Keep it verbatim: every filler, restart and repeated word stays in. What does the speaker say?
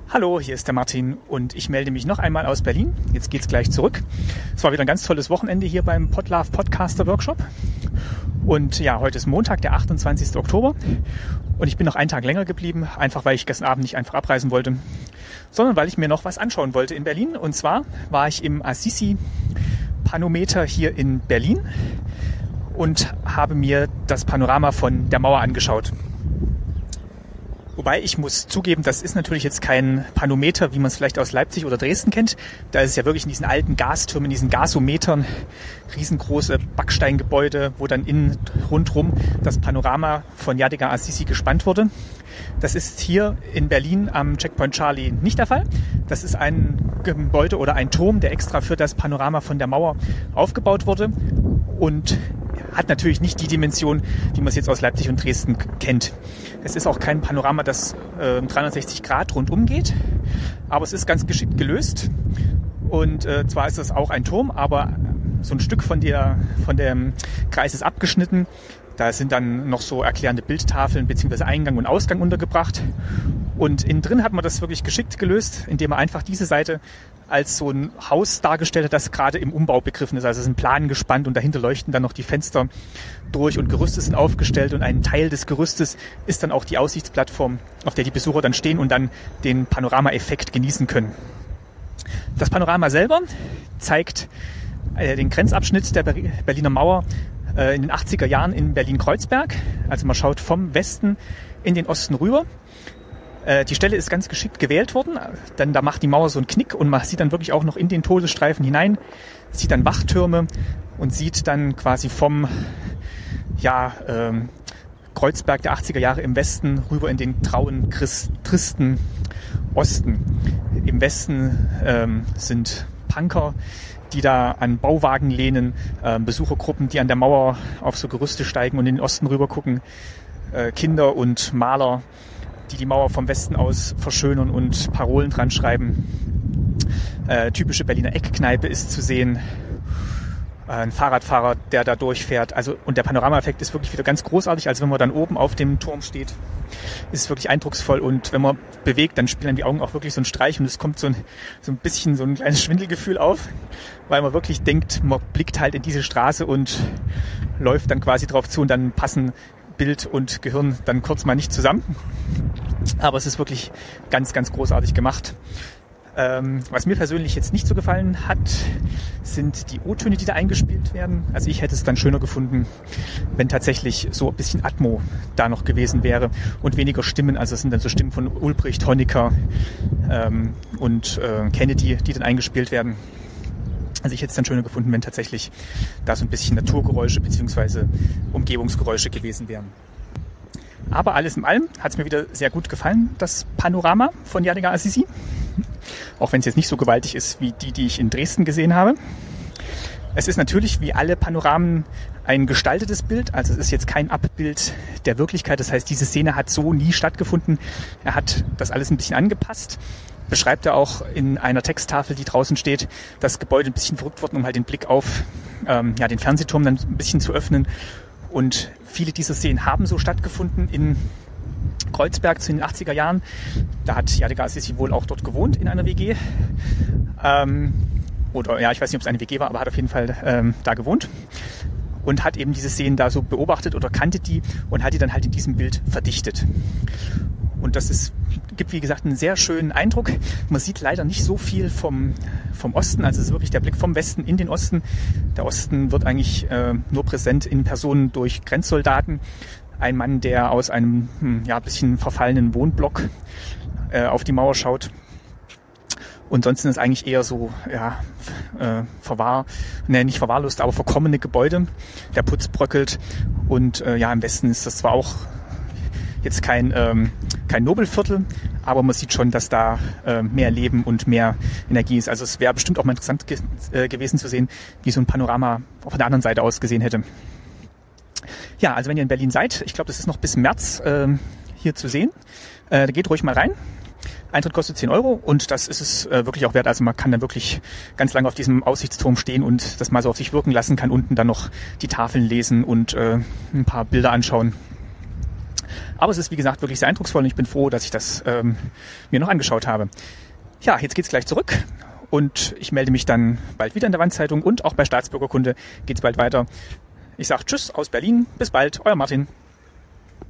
Hallo, hier ist der Martin und ich melde mich noch einmal aus Berlin. Jetzt geht's gleich zurück. Es war wieder ein ganz tolles Wochenende hier beim Podlove Podcaster Workshop. Und ja, heute ist Montag, der achtundzwanzigster Oktober. Und ich bin noch einen Tag länger geblieben, einfach weil ich gestern Abend nicht einfach abreisen wollte, sondern weil ich mir noch was anschauen wollte in Berlin. Und zwar war ich im Assisi-Panometer hier in Berlin und habe mir das Panorama von der Mauer angeschaut. Wobei ich muss zugeben, das ist natürlich jetzt kein Panometer, wie man es vielleicht aus Leipzig oder Dresden kennt. Da ist es ja wirklich in diesen alten Gastürmen, in diesen Gasometern, riesengroße Backsteingebäude, wo dann innen rundrum das Panorama von Yadigar Assisi gespannt wurde. Das ist hier in Berlin am Checkpoint Charlie nicht der Fall. Das ist ein Gebäude oder ein Turm, der extra für das Panorama von der Mauer aufgebaut wurde und hat natürlich nicht die Dimension, wie man es jetzt aus Leipzig und Dresden kennt. Es ist auch kein Panorama, das äh, dreihundertsechzig Grad rundum geht, aber es ist ganz geschickt gelöst. Und äh, zwar ist es auch ein Turm, aber so ein Stück von, der, von dem Kreis ist abgeschnitten. Da sind dann noch so erklärende Bildtafeln bzw. Eingang und Ausgang untergebracht. Und innen drin hat man das wirklich geschickt gelöst, indem man einfach diese Seite als so ein Haus dargestellt hat, das gerade im Umbau begriffen ist. Also es ist ein Plan gespannt und dahinter leuchten dann noch die Fenster durch und Gerüste sind aufgestellt und ein Teil des Gerüstes ist dann auch die Aussichtsplattform, auf der die Besucher dann stehen und dann den Panoramaeffekt genießen können. Das Panorama selber zeigt äh, den Grenzabschnitt der Berliner Mauer äh, in den achtziger Jahren in Berlin-Kreuzberg. Also man schaut vom Westen in den Osten rüber. Die Stelle ist ganz geschickt gewählt worden, denn da macht die Mauer so einen Knick und man sieht dann wirklich auch noch in den Todesstreifen hinein, sieht dann Wachtürme und sieht dann quasi vom ja, ähm, Kreuzberg der achtziger Jahre im Westen rüber in den trauen, Christ, tristen Osten. Im Westen ähm, sind Punker, die da an Bauwagen lehnen, äh, Besuchergruppen, die an der Mauer auf so Gerüste steigen und in den Osten rüber gucken, äh, Kinder und Maler, die die Mauer vom Westen aus verschönern und Parolen dran schreiben. Äh, typische Berliner Eckkneipe ist zu sehen. Äh, ein Fahrradfahrer, der da durchfährt. Also, und der Panoramaeffekt ist wirklich wieder ganz großartig. Also wenn man dann oben auf dem Turm steht, ist es wirklich eindrucksvoll. Und wenn man bewegt, dann spielen die Augen auch wirklich so einen Streich. Und es kommt so ein, so ein bisschen so ein kleines Schwindelgefühl auf, weil man wirklich denkt, man blickt halt in diese Straße und läuft dann quasi drauf zu und dann passen Bild und Gehirn dann kurz mal nicht zusammen. Aber es ist wirklich ganz, ganz großartig gemacht. Ähm, was mir persönlich jetzt nicht so gefallen hat, sind die O-Töne, die da eingespielt werden. Also ich hätte es dann schöner gefunden, wenn tatsächlich so ein bisschen Atmo da noch gewesen wäre und weniger Stimmen. Also es sind dann so Stimmen von Ulbricht, Honecker ähm, und äh, Kennedy, die dann eingespielt werden. Also ich hätte es dann schöner gefunden, wenn tatsächlich da so ein bisschen Naturgeräusche bzw. Umgebungsgeräusche gewesen wären. Aber alles in allem hat es mir wieder sehr gut gefallen, das Panorama von Yadigar Assisi. Auch wenn es jetzt nicht so gewaltig ist wie die, die ich in Dresden gesehen habe. Es ist natürlich wie alle Panoramen ein gestaltetes Bild. Also es ist jetzt kein Abbild der Wirklichkeit. Das heißt, diese Szene hat so nie stattgefunden. Er hat das alles ein bisschen angepasst. Beschreibt er auch in einer Texttafel, die draußen steht, das Gebäude ein bisschen verrückt worden, um halt den Blick auf ähm, ja, den Fernsehturm dann ein bisschen zu öffnen. Und viele dieser Szenen haben so stattgefunden in Kreuzberg zu den achtziger Jahren. Da hat Yadigar Assisi wohl auch dort gewohnt in einer W G. Ähm, oder ja, ich weiß nicht, ob es eine W G war, aber hat auf jeden Fall ähm, da gewohnt. Und hat eben diese Szenen da so beobachtet oder kannte die und hat die dann halt in diesem Bild verdichtet. Und das ist, gibt, wie gesagt, einen sehr schönen Eindruck. Man sieht leider nicht so viel vom, vom Osten. Also es ist wirklich der Blick vom Westen in den Osten. Der Osten wird eigentlich äh, nur präsent in Personen durch Grenzsoldaten. Ein Mann, der aus einem hm, ja, bisschen verfallenen Wohnblock äh, auf die Mauer schaut. Und sonst ist es eigentlich eher so, ja, äh, verwahr, ne, nicht verwahrlost, aber verkommene Gebäude. Der Putz bröckelt. Und äh, ja, im Westen ist das zwar auch jetzt kein, ähm, kein Nobelviertel, aber man sieht schon, dass da äh, mehr Leben und mehr Energie ist. Also es wäre bestimmt auch mal interessant ge- äh, gewesen zu sehen, wie so ein Panorama auf der anderen Seite ausgesehen hätte. Ja, also wenn ihr in Berlin seid, ich glaube, das ist noch bis März äh, hier zu sehen, äh, da geht ruhig mal rein. Eintritt kostet zehn Euro und das ist es äh, wirklich auch wert. Also man kann dann wirklich ganz lange auf diesem Aussichtsturm stehen und das mal so auf sich wirken lassen, kann unten dann noch die Tafeln lesen und äh, ein paar Bilder anschauen. Aber es ist, wie gesagt, wirklich sehr eindrucksvoll und ich bin froh, dass ich das ähm, mir noch angeschaut habe. Ja, jetzt geht's gleich zurück und ich melde mich dann bald wieder in der Wandzeitung und auch bei Staatsbürgerkunde geht's bald weiter. Ich sage Tschüss aus Berlin, bis bald, euer Martin.